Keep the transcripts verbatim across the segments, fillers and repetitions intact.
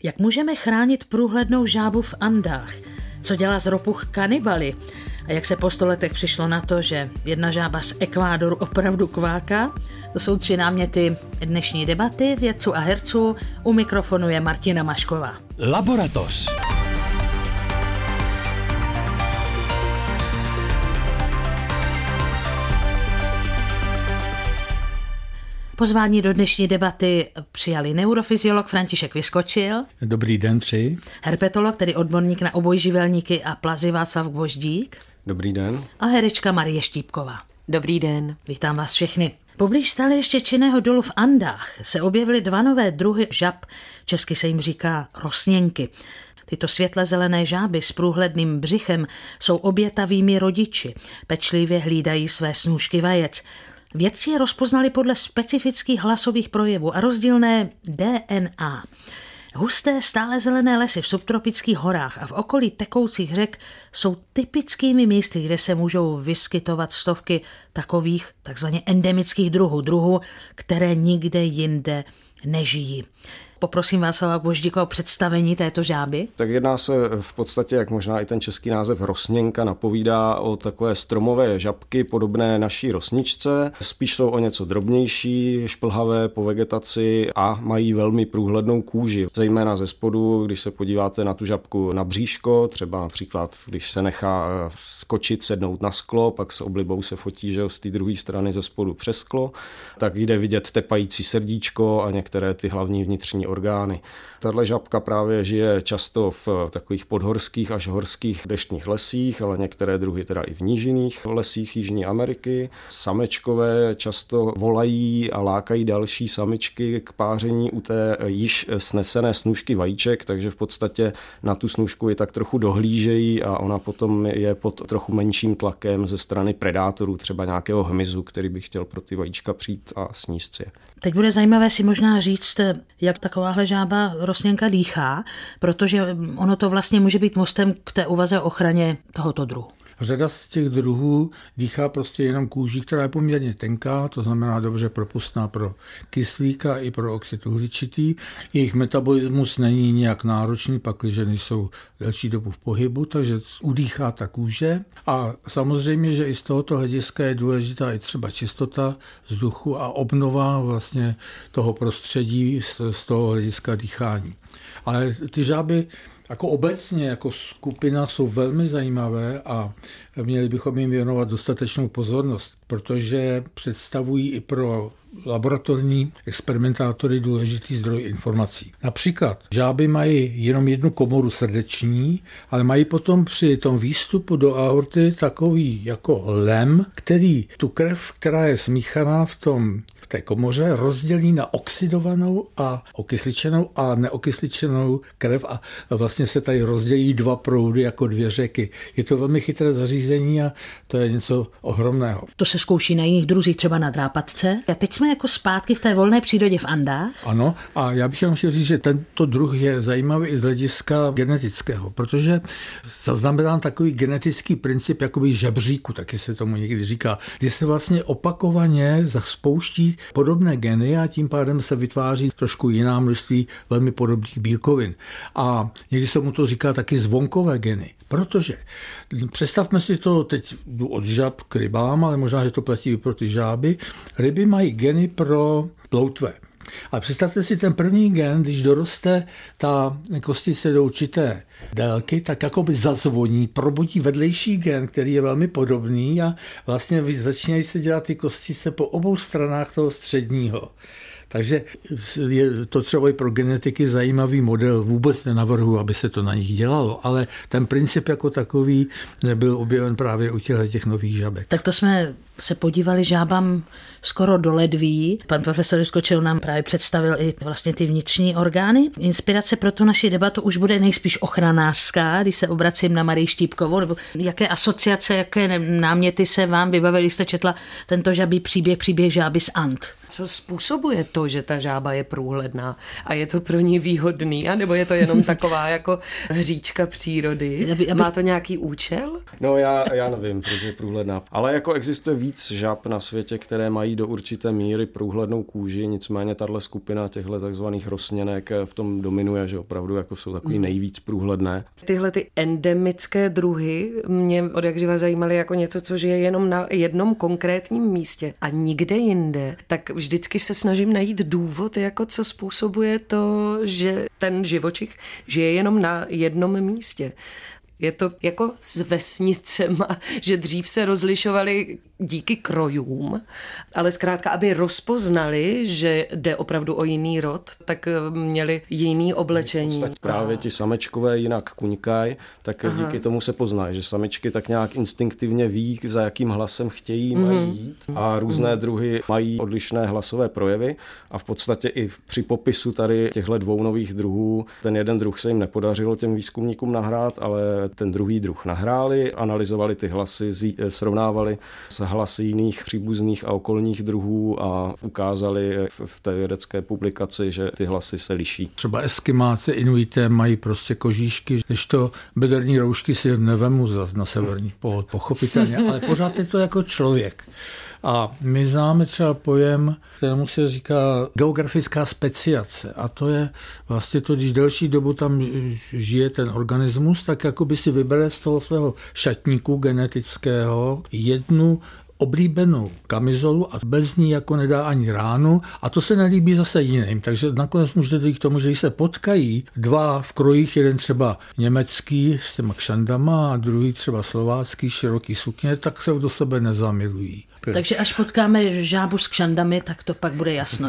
Jak můžeme chránit průhlednou žábu v Andách? Co dělá z ropuch kanibaly? A jak se po sto letech přišlo na to, že jedna žába z Ekvádoru opravdu kváká? To jsou tři náměty dnešní debaty vědců a herců. U mikrofonu je Martina Mašková. Laboratoř. Pozvání do dnešní debaty přijali neurofyziolog František Vyskočil. Dobrý den, tři. Herpetolog, tedy odborník na obojživelníky a plazy Václav Gvoždík. Dobrý den. A herečka Marie Štípková. Dobrý den. Vítám vás všechny. Poblíž stále ještě činného dolu v Andách se objevily dva nové druhy žab, česky se jim říká rosněnky. Tyto světle zelené žáby s průhledným břichem jsou obětavými rodiči, pečlivě hlídají své snůšky vajec. Vědci je rozpoznali podle specifických hlasových projevů a rozdílné D N A. Husté stále zelené lesy v subtropických horách a v okolí tekoucích řek jsou typickými místy, kde se můžou vyskytovat stovky takových takzvaně endemických druhů, druhů, které nikde jinde nežijí. Poprosím vás o Gvoždíka o představení této žáby. Tak jedná se v podstatě, jak možná i ten český název rosněnka napovídá, o takové stromové žabky podobné naší rosničce. Spíš jsou o něco drobnější, šplhavé po vegetaci a mají velmi průhlednou kůži. Zejména ze spodu, když se podíváte na tu žabku na bříško, třeba například, když se nechá skočit, sednout na sklo, pak s oblibou se fotí, že z té druhé strany ze spodu přes sklo, tak jde vidět tepající srdíčko a některé ty hlavní vnitřní orgány. Tahle žabka právě žije často v takových podhorských až horských deštných lesích, ale některé druhy teda i v nížinných lesích Jižní Ameriky. Samečkové často volají a lákají další samičky k páření u té již snesené snůšky vajíček, takže v podstatě na tu snůšku je tak trochu dohlížejí a ona potom je pod trochu menším tlakem ze strany predátorů, třeba nějakého hmyzu, který by chtěl pro ty vajíčka přijít a sníst si je. Teď bude zajímavé si možná říct, jak takováhle žába rosněnka dýchá, protože ono to vlastně může být mostem k té úvaze o ochraně tohoto druhu. Řada z těch druhů dýchá prostě jenom kůží, která je poměrně tenká, to znamená dobře propustná pro kyslík a i pro oxid uhličitý. Jejich metabolismus není nějak náročný, pakliže nejsou delší dobu v pohybu, takže udýchá ta kůže. A samozřejmě, že i z tohoto hlediska je důležitá i třeba čistota vzduchu a obnova vlastně toho prostředí z toho hlediska dýchání. Ale ty žáby jako obecně, jako skupina jsou velmi zajímavé a měli bychom jim věnovat dostatečnou pozornost, protože představují i pro laboratorní experimentátory důležitý zdroj informací. Například žáby mají jenom jednu komoru srdeční, ale mají potom při tom výstupu do aorty takový jako lem, který tu krev, která je smíchaná v tom v té komoře, rozdělí na oxidovanou a okysličenou a neokysličenou krev a vlastně se tady rozdělí dva proudy jako dvě řeky. Je to velmi chytré zařízení a to je něco ohromného. To se zkouší na jiných druzích, třeba na drápatce. A teď jsme jako zpátky v té volné přírodě v Andách. Ano, a já bych jenom chtěl říct, že tento druh je zajímavý i z hlediska genetického, protože zaznamenám takový genetický princip jakoby žebříku, taky se tomu někdy říká, kdy se vlastně opakovaně spouští podobné geny a tím pádem se vytváří trošku jiná množství velmi podobných bílkovin. A někdy se mu to říká taky zvonkové geny. Protože představme si to, teď jdu od žab k rybám, ale možná, že to platí i pro ty žáby. Ryby mají geny pro ploutve. Ale představte si ten první gen, když doroste ta kostice do určité délky, tak jakoby zazvoní, probudí vedlejší gen, který je velmi podobný a vlastně začínají se dělat ty kostice po obou stranách toho středního. Takže je to třeba i pro genetiky zajímavý model. Vůbec nenavrhuji, aby se to na nich dělalo, ale ten princip jako takový nebyl objeven právě u těch nových žabek. Tak to jsme se podívali žábám skoro do ledví. Pan profesor Vyskočil nám právě představil i vlastně ty vnitřní orgány. Inspirace pro tu naši debatu už bude nejspíš ochranářská, když se obracím na Marii Štípkovou, nebo jaké asociace, jaké náměty se vám vybavily, jste četla tento žabí příběh, příběh žáby z And. Co způsobuje to, to, že ta žába je průhledná a je to pro ní výhodný, anebo je to jenom taková jako hříčka přírody? Má to nějaký účel? No já, já nevím, proč je průhledná. Ale jako existuje víc žab na světě, které mají do určité míry průhlednou kůži, nicméně tahle skupina těchto takzvaných rosněnek v tom dominuje, že opravdu jako jsou takový nejvíc průhledné. Tyhle ty endemické druhy mě odjakživa zajímaly jako něco, co žije jenom na jednom konkrétním místě a nikde jinde. Tak vždycky se snažím najít důvod, jako co způsobuje to, že ten živočich žije jenom na jednom místě. Je to jako s vesnicema, že dřív se rozlišovali díky krojům, ale zkrátka, aby rozpoznali, že jde opravdu o jiný rod, tak měli jiný oblečení. V právě ti samečkové jinak kuňkají, tak Aha. díky tomu se poznají, že samičky tak nějak instinktivně ví, za jakým hlasem chtějí mm-hmm. mají jít a různé mm-hmm. druhy mají odlišné hlasové projevy a v podstatě i při popisu tady těchto dvou nových druhů, ten jeden druh se jim nepodařilo těm výzkumníkům nahrát, ale ten druhý druh nahráli, analyzovali ty hlasy, srovnávali s hlasy jiných příbuzných a okolních druhů a ukázali v té vědecké publikaci, že ty hlasy se liší. Třeba Eskimáci, Inuité mají prostě kožíšky, když to bederní roušky si nevemu na severní pól, pochopitelně, ale pořád je to jako člověk. A my známe třeba pojem, kterému se říká geografická speciace. A to je vlastně to, když delší dobu tam žije ten organismus, tak jakoby si vybere z toho svého šatníku genetického jednu oblíbenou kamizolu a bez ní jako nedá ani ránu a to se nelíbí zase jiným. Takže nakonec může dojít k tomu, že když se potkají dva v krojích, jeden třeba německý s těma kšandama a druhý třeba slovácký široký sukně, tak se do sebe nezamilují. Takže až potkáme žábu s kšandami, tak to pak bude jasno.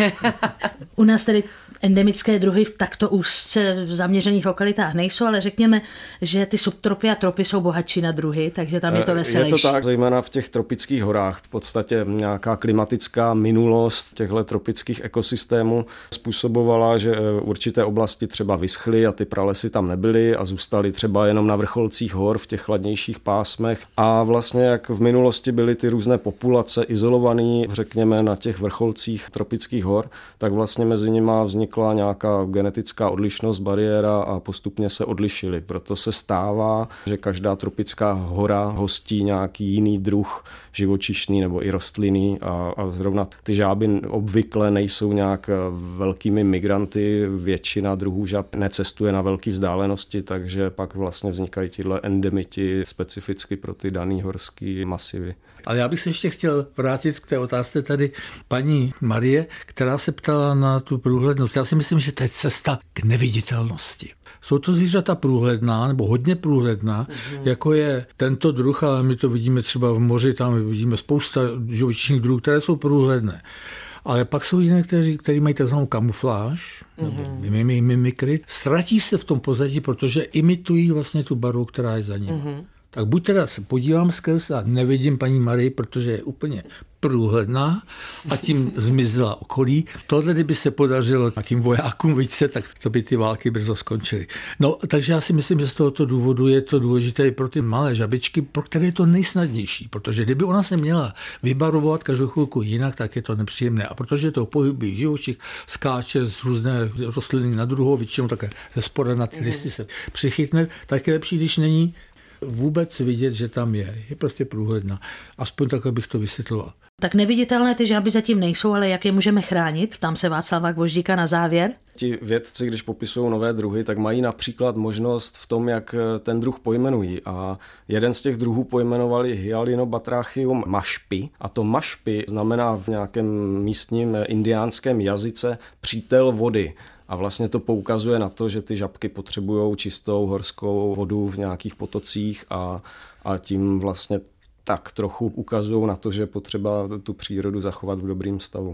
U nás tedy endemické druhy v takto úzce v zaměřených lokalitách nejsou, ale řekněme, že ty subtropy a tropy jsou bohatší na druhy, takže tam je to veselější. Je to tak, zejména v těch tropických horách. V podstatě nějaká klimatická minulost těchto tropických ekosystémů způsobovala, že určité oblasti třeba vyschly a ty pralesy tam nebyly a zůstaly třeba jenom na vrcholcích hor v těch chladnějších pásmech. A vlastně jak v minulosti byly ty různé populace izolované, řekněme, na těch vrcholcích tropických hor, tak vlastně mezi nimi vznikla nějaká genetická odlišnost, bariéra a postupně se odlišily. Proto se stává, že každá tropická hora hostí nějaký jiný druh živočišný nebo i rostlinný a, a zrovna ty žáby obvykle nejsou nějak velkými migranty, většina druhů žáb necestuje na velké vzdálenosti, takže pak vlastně vznikají tyhle endemiti specificky pro ty daný horský masivy. Ale já bych se ještě chtěl vrátit k té otázce tady paní Marie, která se ptala na tu průhlednost. Já si myslím, že to je cesta k neviditelnosti. Jsou to zvířata průhledná, nebo hodně průhledná, mm-hmm. jako je tento druh, ale my to vidíme třeba v moři, tam vidíme spousta živočišných druhů, které jsou průhledné. Ale pak jsou jiné, kteří, kteří mají takzvanou kamufláž, mm-hmm. nebo mimikry, ztratí se v tom pozadí, protože imitují vlastně tu barvu, která je za ním. Mm-hmm. Tak buď teda se podívám skrz a nevidím paní Marii, protože je úplně průhledná a tím zmizela okolí. Tohle, kdyby se podařilo nějakým vojákům, vidíte, tak to by ty války brzo skončily. No, takže já si myslím, že z tohoto důvodu je to důležité i pro ty malé žabičky, pro které je to nejsnadnější, protože kdyby ona se měla vybarvovat každou chvilku jinak, tak je to nepříjemné. A protože to pohybí živočich, skáče z různé rostliny na druhou, většinou také ze spoda na ty listy se přichytne, tak je lepší, když není vůbec vidět, že tam je. Je prostě průhledná. Aspoň takhle bych to vysvětloval. Tak neviditelné ty žáby zatím nejsou, ale jak je můžeme chránit? Ptám se Václava Gvoždíka na závěr. Ti vědci, když popisují nové druhy, tak mají například možnost v tom, jak ten druh pojmenují. A jeden z těch druhů pojmenovali Hyalinobatrachium mašpi. A to mašpi znamená v nějakém místním indiánském jazyce přítel vody. A vlastně to poukazuje na to, že ty žabky potřebují čistou horskou vodu v nějakých potocích a, a tím vlastně tak trochu ukazují na to, že je potřeba tu přírodu zachovat v dobrým stavu.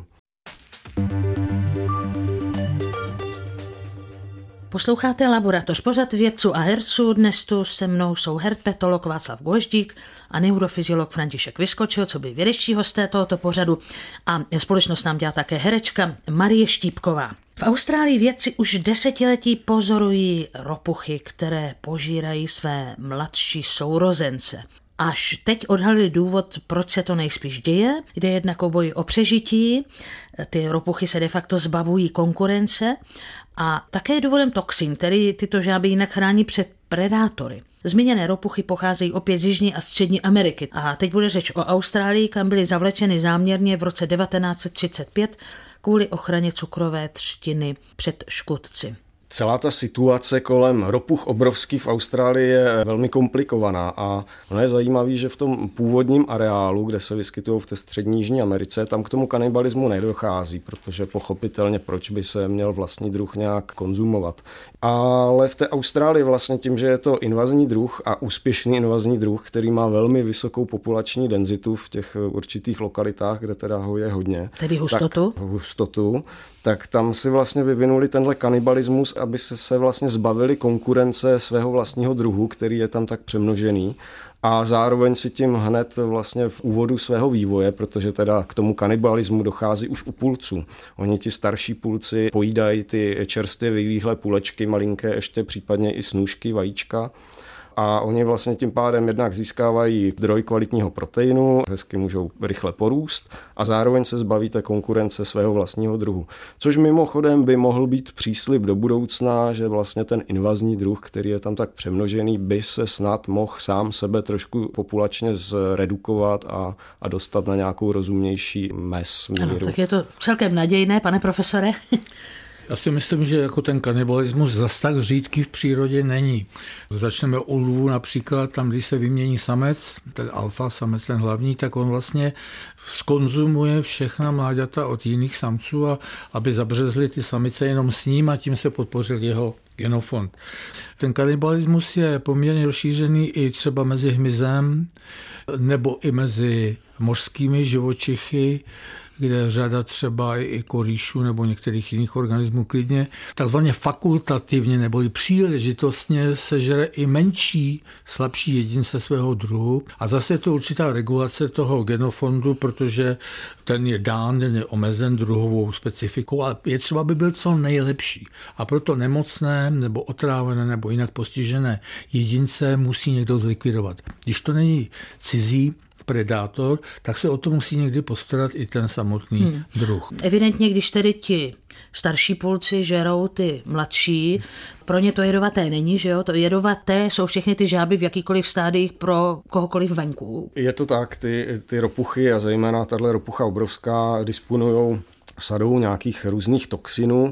Posloucháte Laboratoř, pořad vědců a herců. Dnes tu se mnou jsou herpetolog Václav Gvoždík a neurofyziolog František Vyskočil, co by vědečtí hosté tohoto pořadu. A společnost nám dělá také herečka Marie Štípková. V Austrálii vědci už desetiletí pozorují ropuchy, které požírají své mladší sourozence. Až teď odhalili důvod, proč se to nejspíš děje. Jde jednak o boj o přežití, ty ropuchy se de facto zbavují konkurence a také je důvodem toxin, který tyto žáby jinak chrání před predátory. Zmíněné ropuchy pocházejí opět z Jižní a Střední Ameriky. A teď bude řeč o Austrálii, kam byly zavlečeny záměrně v roce devatenáct set třicet pět kvůli ochraně cukrové třtiny před škůdci. Celá ta situace kolem ropuch obrovských v Austrálii je velmi komplikovaná a ono je zajímavé, že v tom původním areálu, kde se vyskytují v té střední Jižní Americe, tam k tomu kanibalismu nedochází, protože pochopitelně proč by se měl vlastní druh nějak konzumovat. Ale v té Austrálii vlastně tím, že je to invazní druh a úspěšný invazní druh, který má velmi vysokou populační denzitu v těch určitých lokalitách, kde teda ho je hodně. Tedy hustotu? Tak, hustotu. Tak tam si vlastně vyvinuli tenhle kanibalismus, aby se, se vlastně zbavili konkurence svého vlastního druhu, který je tam tak přemnožený. A zároveň si tím hned vlastně v úvodu svého vývoje, protože teda k tomu kanibalismu dochází už u pulců. Oni ti starší pulci pojídají ty čerstvě vylíhlé půlečky, malinké ještě případně i snůžky, vajíčka. A oni vlastně tím pádem jednak získávají zdroj kvalitního proteinu, hezky můžou rychle porůst a zároveň se zbaví té konkurence svého vlastního druhu. Což mimochodem by mohl být příslib do budoucna, že vlastně ten invazní druh, který je tam tak přemnožený, by se snad mohl sám sebe trošku populačně zredukovat a, a dostat na nějakou rozumnější mez míru. Ano, tak je to celkem nadějné, pane profesore. Já si myslím, že jako ten kanibalismus zas tak řídký v přírodě není. Začneme u lvů například, tam, když se vymění samec, ten alfa, samec ten hlavní, tak on vlastně skonzumuje všechna mláďata od jiných samců, a aby zabřezly ty samice jenom s ním a tím se podpořil jeho genofond. Ten kanibalismus je poměrně rozšířený i třeba mezi hmyzem nebo i mezi mořskými živočichy, kde řada třeba i korýšů nebo některých jiných organismů klidně takzvaně fakultativně nebo i příležitostně sežere i menší, slabší jedince svého druhu. A zase je to určitá regulace toho genofondu, protože ten je dán, ten je omezen druhovou specifikou a je třeba, aby byl co nejlepší. A proto nemocné nebo otrávené nebo jinak postižené jedince musí někdo zlikvidovat. Když to není cizí predátor, tak se o to musí někdy postarat i ten samotný hmm. druh. Evidentně, když tedy ti starší pulci žerou ty mladší, pro ně to jedovaté není, že jo? To jedovaté jsou všechny ty žáby v jakýkoliv stádiích pro kohokoliv venku. Je to tak, ty, ty ropuchy a zejména tahle ropucha obrovská disponujou sadou nějakých různých toxinů.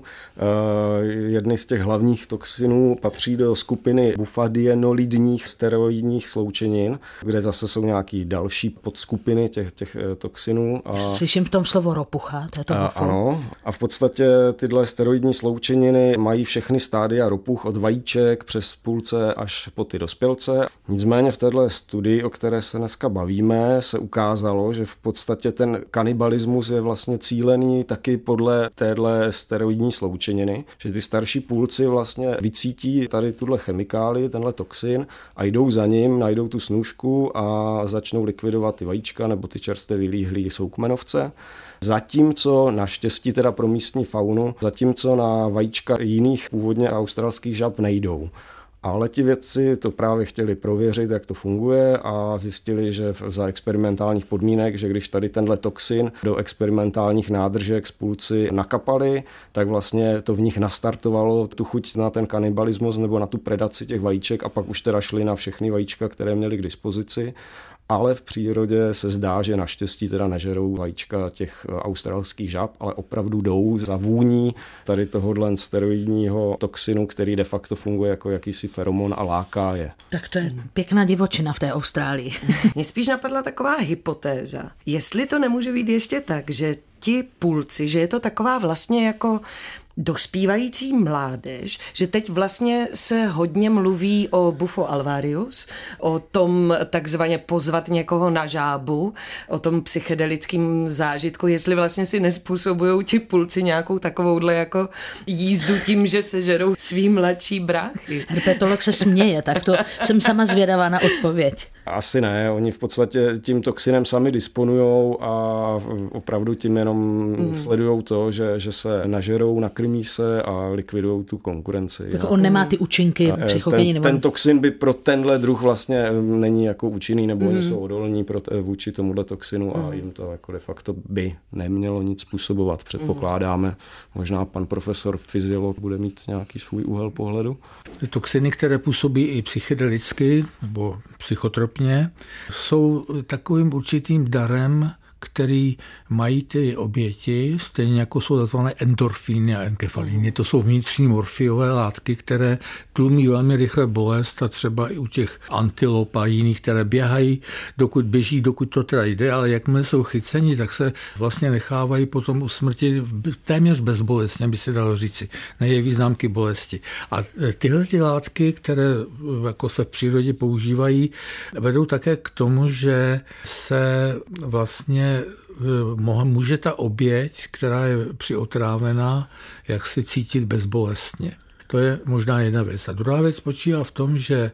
Jedny z těch hlavních toxinů patří do skupiny bufadienolidních steroidních sloučenin, kde zase jsou nějaký další podskupiny těch, těch toxinů. A slyším v tom slovo ropucha, to je to bufo. Ano. A v podstatě tyhle steroidní sloučeniny mají všechny stádia ropuch od vajíček přes půlce až po ty dospělce. Nicméně v této studii, o které se dneska bavíme, se ukázalo, že v podstatě ten kanibalismus je vlastně cílený taky podle téhle steroidní sloučeniny, že ty starší půlci vlastně vycítí tady tuhle chemikáli, tenhle toxin a jdou za ním, najdou tu snůžku a začnou likvidovat ty vajíčka nebo ty čerstvě vylíhlý soukmenovce. Zatímco naštěstí teda pro místní faunu, zatímco na vajíčka jiných původně australských žab nejdou. Ale ti vědci to právě chtěli prověřit, jak to funguje a zjistili, že za experimentálních podmínek, že když tady tenhle toxin do experimentálních nádržek z půlci nakapali, tak vlastně to v nich nastartovalo tu chuť na ten kanibalismus nebo na tu predaci těch vajíček a pak už teda šli na všechny vajíčka, které měli k dispozici. Ale v přírodě se zdá, že naštěstí teda nežerou vajíčka těch australských žab, ale opravdu jdou za vůní tady tohohle steroidního toxinu, který de facto funguje jako jakýsi feromon a láká je. Tak to je pěkná divočina v té Austrálii. Mně spíš napadla taková hypotéza. Jestli to nemůže být ještě tak, že ti pulci, že je to taková vlastně jako dospívající mládež, že teď vlastně se hodně mluví o Bufo alvarius, o tom takzvaně pozvat někoho na žábu, o tom psychedelickém zážitku, jestli vlastně si nespůsobují ti pulci nějakou takovouhle jako jízdu tím, že se žerou svý mladší bráchy. Herpetolog se směje, tak to jsem sama zvědavá na odpověď. Asi ne, oni v podstatě tím toxinem sami disponujou a opravdu tím jenom mm. sledujou to, že, že se nažerou, nakrmí se a likvidují tu konkurenci. Tak on nemá ty účinky psychogenní. Ten, ten toxin by pro tenhle druh vlastně není jako účinný, nebo mm. oni jsou odolní pro, vůči tomuhle toxinu mm. a jim to jako de facto by nemělo nic způsobovat, předpokládáme. Mm. Možná pan profesor fyziolog bude mít nějaký svůj úhel pohledu. Toxiny, které působí i psychedelicky nebo psychotropně, jsou takovým určitým darem, který mají ty oběti, stejně jako jsou takzvané endorfíny a enkefalíny. To jsou vnitřní morfiové látky, které tlumí velmi rychle bolest a třeba i u těch antilop a jiných, které běhají, dokud běží, dokud to teda jde, ale jakmile jsou chyceni, tak se vlastně nechávají potom u smrti téměř bezbolestně, by se dalo říci. Nejeví známky bolesti. A tyhle ty látky, které jako se v přírodě používají, vedou také k tomu, že se vlastně může ta oběť, která je přiotrávená, jak si cítit bezbolestně. To je možná jedna věc. A druhá věc spočívá v tom, že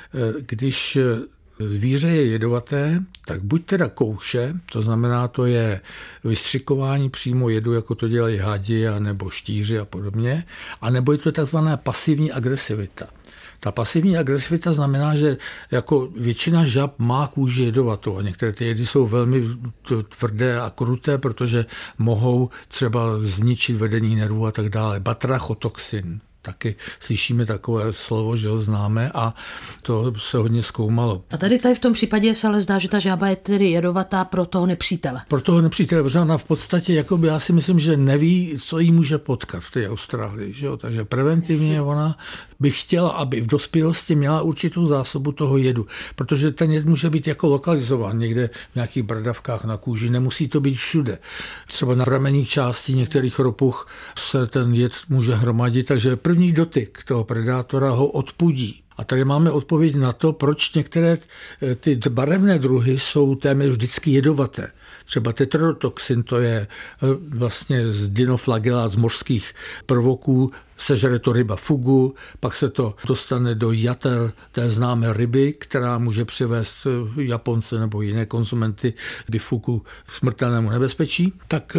když zvíře je jedovaté, tak buď teda kouše, to znamená, to je vystřikování přímo jedu, jako to dělají hadi nebo štíři a podobně, anebo je to takzvaná pasivní agresivita. Ta pasivní agresivita znamená, že jako většina žab má kůži jedovatou a některé ty jedy jsou velmi tvrdé a kruté, protože mohou třeba zničit vedení nervů a tak dále. Batrachotoxin. Taky slyšíme takové slovo, že ho známe a to se hodně zkoumalo. A tady, tady v tom případě se ale zdá, že ta žába je tedy jedovatá pro toho nepřítele. Pro toho nepřítele, protože ona v podstatě, jakoby, já si myslím, že neví, co jí může potkat v té Austrálii. Že jo? Takže preventivně ona by chtěla, aby v dospělosti měla určitou zásobu toho jedu, protože ten jed může být jako lokalizován někde v nějakých bradavkách na kůži, nemusí to být všude. Třeba na ramenních části některých ropuch se ten jed může hromadit, takže první dotyk toho predátora ho odpudí. A tady máme odpověď na to, proč některé ty barevné druhy jsou téměř vždycky jedovaté. Třeba tetrodotoxin, to je vlastně z dinoflagellát, z mořských prvoků, sežere to ryba fugu, pak se to dostane do jater té známé ryby, která může přivést Japonce nebo jiné konzumenty k fugu smrtelnému nebezpečí.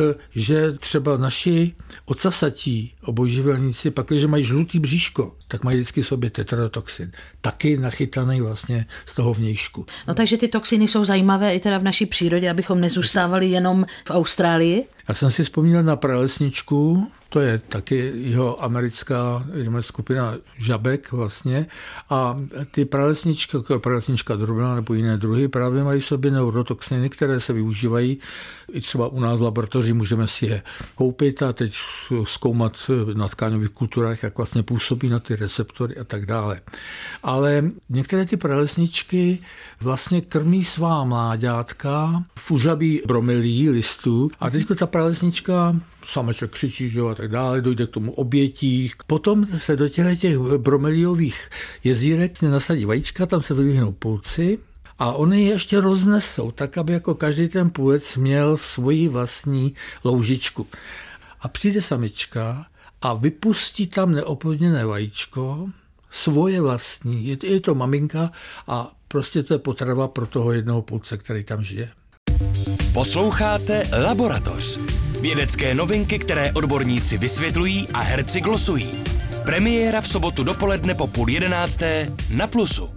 Takže třeba naši ocasatí obojživelníci, pak, když mají žlutý bříško, tak mají vždycky v sobě tetrodotoxin. Taky nachytaný vlastně z toho vnějšku. No takže ty toxiny jsou zajímavé i teda v naší přírodě, abychom nezůstávali jenom v Austrálii. Já jsem si vzpomněl na pralesničku, to je taky jeho americká skupina žabek vlastně. A ty pralesničky, jako pralesnička drobná nebo jiné druhy, právě mají v sobě neurotoxiny, které se využívají. I třeba u nás v laboratoři můžeme si je koupit a teď zkoumat na tkáňových kulturách, jak vlastně působí na ty receptory a tak dále. Ale některé ty pralesničky vlastně krmí svá mláďátka v užabí bromelií listů a teď ta pralesnička sameček křičí, že a tak dále, dojde k tomu obětí. Potom se do těch bromeliových jezírek nasadí vajíčka, tam se vyvihnou pulci a oni je ještě roznesou, tak aby jako každý ten půlec měl svoji vlastní loužičku. A přijde samička a vypustí tam neoplodněné vajíčko, svoje vlastní, je, je to maminka a prostě to je potrava pro toho jednoho pulce, který tam žije. Posloucháte Laboratoř. Vědecké novinky, které odborníci vysvětlují a herci glosují. Premiéra v sobotu dopoledne po půl jedenácté na Plusu.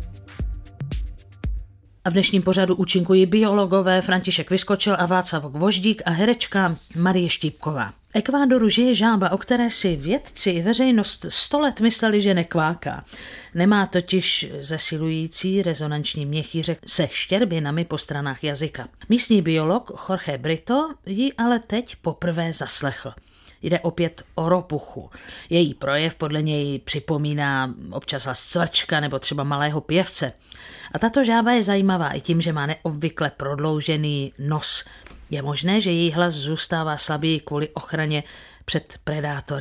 A v dnešním pořadu účinkují biologové František Vyskočil a Václav Gvoždík a herečka Marie Štípková. V Ekvádoru žije žába, o které si vědci i veřejnost sto let mysleli, že nekváká. Nemá totiž zesilující rezonanční měchýře se štěrbinami po stranách jazyka. Místní biolog Jorge Brito ji ale teď poprvé zaslechl. Jde opět o ropuchu. Její projev podle něj připomíná občas hlas cvrčka nebo třeba malého pěvce. A tato žába je zajímavá i tím, že má neobvykle prodloužený nos. Je možné, že její hlas zůstává slabý kvůli ochraně před predátory.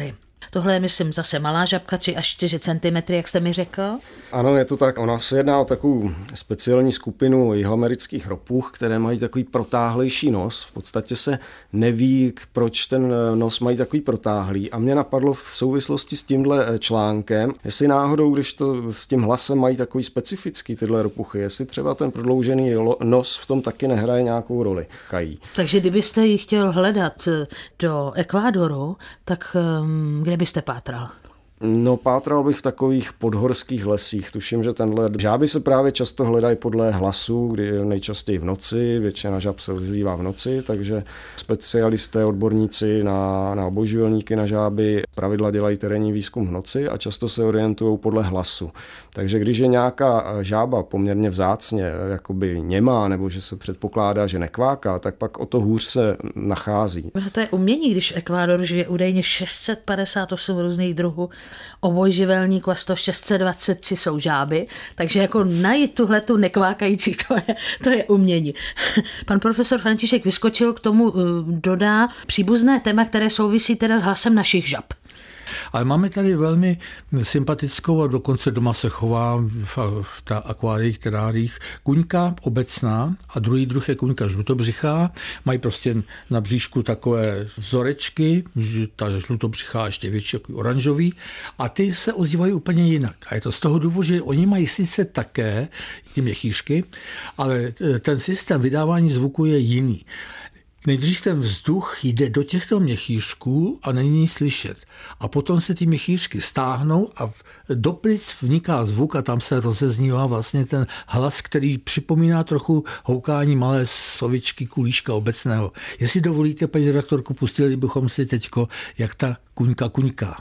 Tohle je, myslím, zase malá žabka, tři až čtyři centimetry, jak jste mi řekl. Ano, je to tak. Ona se jedná o takovou speciální skupinu jihoamerických ropuch, které mají takový protáhlejší nos. V podstatě se neví, proč ten nos mají takový protáhlý. A mě napadlo v souvislosti s tímhle článkem, jestli náhodou, když to s tím hlasem mají takový specifický tyhle ropuchy, jestli třeba ten prodloužený nos v tom taky nehraje nějakou roli. Kají. Takže kdybyste ji chtěl hledat do Ekvádoru, tak kde byste pátral? No, pátral bych v takových podhorských lesích. Tuším, že tenhle žáby se právě často hledají podle hlasu, kdy nejčastěji v noci, většina žáb se ozývá v noci, takže specialisté, odborníci na, na obojživelníky na žáby pravidla dělají terénní výzkum v noci a často se orientují podle hlasu. Takže když je nějaká žába poměrně vzácně jakoby němá, nebo že se předpokládá, že nekváká, tak pak o to hůř se nachází. To je umění, když v Ekvádoru žije údajně šest set padesát osm různých druhů obojživelníků a sto šest set dvacet tři jsou žáby, takže jako najít tuhletu nekvákající, to je, to je umění. Pan profesor František Vyskočil k tomu dodá příbuzné téma, které souvisí teda s hlasem našich žab. Ale máme tady velmi sympatickou a dokonce doma se chová v, v ta akváriích, teráriích kuňka obecná a druhý druh je kuňka žlutobřichá. Mají prostě na bříšku takové vzorečky, že ta žlutobřichá ještě větší, jako oranžový a ty se ozývají úplně jinak. A je to z toho důvodu, že oni mají sice také ty měchýřky, ale ten systém vydávání zvuku je jiný. Nejdřív ten vzduch jde do těchto měchýřků a není slyšet. A potom se ty měchýřky stáhnou a do plic vniká zvuk a tam se rozeznívá vlastně ten hlas, který připomíná trochu houkání malé sovičky kulíška obecného. Jestli dovolíte, paní redaktorku, pustili bychom si teďko, jak ta kuňka kuňká.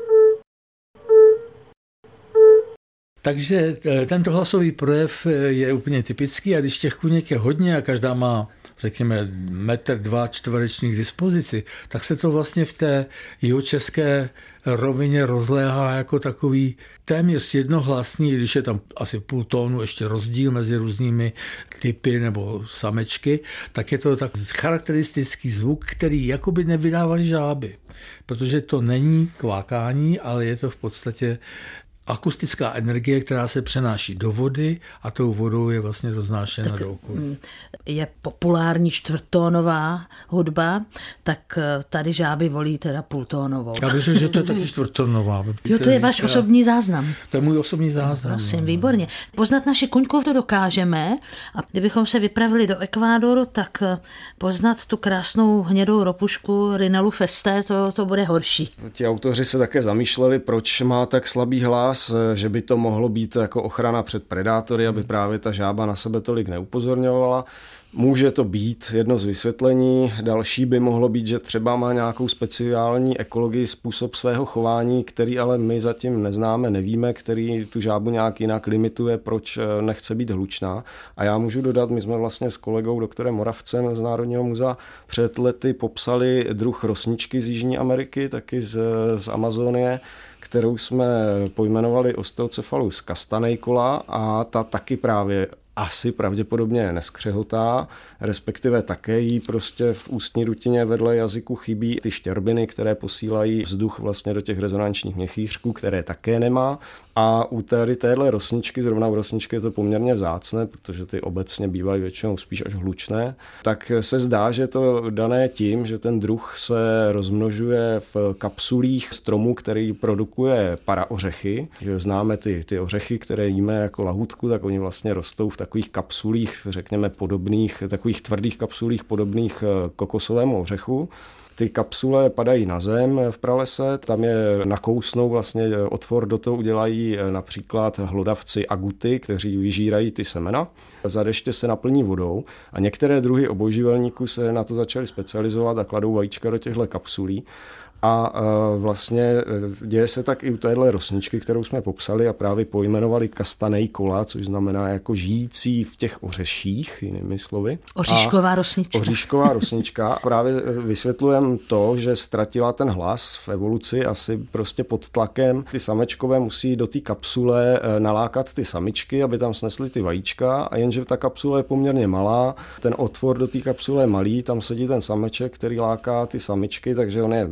Takže tento hlasový projev je úplně typický a když těch kuněk je hodně a každá má, řekněme, metr dva čtverečních k dispozici, tak se to vlastně v té jihočeské rovině rozléhá jako takový téměř jednohlasný, když je tam asi půl tónu ještě rozdíl mezi různými typy nebo samečky, tak je to tak charakteristický zvuk, který jakoby nevydávají žáby, protože to není kvákání, ale je to v podstatě akustická energie, která se přenáší do vody a tou vodou je vlastně roznášena tak do okolí. Je populární čtvrtónová hudba, tak tady žáby volí teda půltónovou. Já bych řekl, že to je taky čtvrtónová. Jo, to je váš osobní záznam. To je můj osobní záznam. Prosím, no, výborně. Poznat naši kuňku to dokážeme a kdybychom se vypravili do Ekvádoru, tak poznat tu krásnou hnědou ropušku Rhinelu feste, to, to bude horší. Ti autoři se také zamýšleli, proč má tak slabý hlas, že by to mohlo být jako ochrana před predátory, aby právě ta žába na sebe tolik neupozorňovala. Může to být jedno z vysvětlení. Další by mohlo být, že třeba má nějakou speciální ekologii, způsob svého chování, který ale my zatím neznáme, nevíme, který tu žábu nějak jinak limituje, proč nechce být hlučná. A já můžu dodat, my jsme vlastně s kolegou doktorem Moravcem z Národního muzea před lety popsali druh rosničky z Jižní Ameriky, taky z, z Amazonie, kterou jsme pojmenovali Osteocephalus castaneicola a ta taky právě asi pravděpodobně neskřehotá, respektive také jí prostě v ústní dutině vedle jazyku chybí ty štěrbiny, které posílají vzduch vlastně do těch rezonančních měchýřků, které také nemá. A u tady téhle rosničky, zrovna u rosničky je to poměrně vzácné, protože ty obecně bývají většinou spíš až hlučné, tak se zdá, že to dané tím, že ten druh se rozmnožuje v kapsulích stromů, který produkuje paraořechy. Známe ty, ty ořechy, které jíme jako lahůdku, tak oni vlastně rostou v takových kapsulích, řekněme podobných, takových tvrdých kapsulích podobných kokosovému ořechu. Ty kapsule padají na zem v pralese, tam je nakousnou vlastně otvor, do toho udělají například hlodavci aguty, kteří vyžírají ty semena. Za deště se naplní vodou a některé druhy obojživelníků se na to začaly specializovat a kladou vajíčka do těchto kapsulí. A vlastně děje se tak i u téhle rosničky, kterou jsme popsali a právě pojmenovali castaneicola, což znamená jako žijící v těch ořeších, jinými slovy. Oříšková rosnička. Oříšková rosnička. Právě vysvětlujeme to, že ztratila ten hlas v evoluci asi prostě pod tlakem. Ty samečkové musí do té kapsule nalákat ty samičky, aby tam snesly ty vajíčka, a jenže ta kapsule je poměrně malá, ten otvor do té kapsule je malý, tam sedí ten sameček, který láká ty samičky, takže on je naláká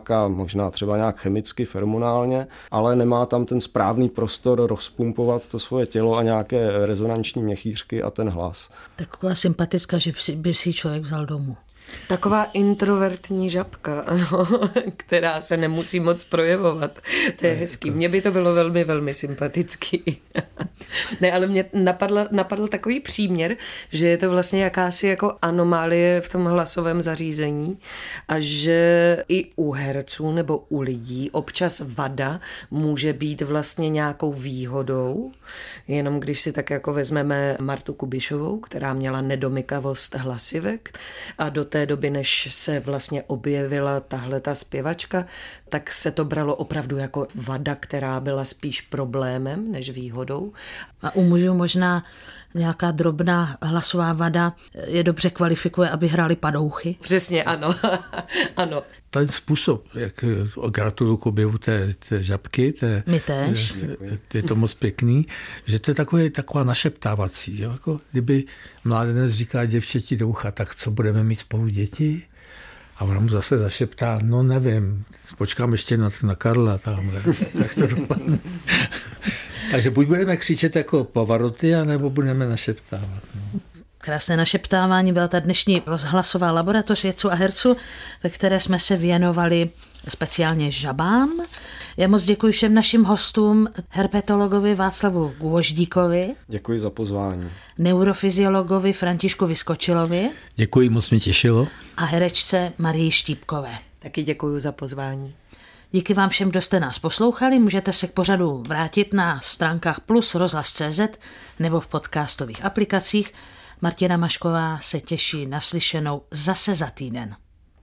nějaká, možná třeba nějak chemicky, feromonálně, ale nemá tam ten správný prostor rozpumpovat to svoje tělo a nějaké rezonanční měchýřky a ten hlas. Taková sympatická, že by si člověk vzal domů. Taková introvertní žabka, ano, která se nemusí moc projevovat. To je hezký. Mně by to bylo velmi, velmi sympatický. Ne, ale mě napadl, napadl takový příměr, že je to vlastně jakási jako anomálie v tom hlasovém zařízení a že i u herců nebo u lidí občas vada může být vlastně nějakou výhodou. Jenom když si tak jako vezmeme Martu Kubišovou, která měla nedomykavost hlasivek a do té doby, než se vlastně objevila tahle ta zpěvačka, tak se to bralo opravdu jako vada, která byla spíš problémem než výhodou. A u mužů možná nějaká drobná hlasová vada je dobře kvalifikuje, aby hráli padouchy. Přesně, ano. Ano. Ten způsob, jak gratuluju k objevu té, té žabky, té, My též. je to moc pěkný, že to je takové, taková našeptávací. Jo? Jako kdyby mládenec říká děvčeti do ucha, tak co, budeme mít spolu děti? A ona mu zase zašeptá, no nevím, počkám ještě na, na Karla tamhle. Tak to dopadne. Takže buď budeme křičet jako Pavarotti, anebo budeme našeptávat. No. Krásné našeptávání byla ta dnešní rozhlasová laboratoř vědců a herců, ve které jsme se věnovali speciálně žabám. Já moc děkuji všem našim hostům, herpetologovi Václavu Gvoždíkovi. Děkuji za pozvání. Neurofyziologovi Františku Vyskočilovi. Děkuji, moc mě těšilo. A herečce Marii Štípkové. Taky děkuji za pozvání. Díky vám všem, kdo jste nás poslouchali. Můžete se k pořadu vrátit na stránkách plus rozhlas tečka cé zet nebo v podcastových aplikacích. Martina Mašková se těší na slyšenou zase za týden.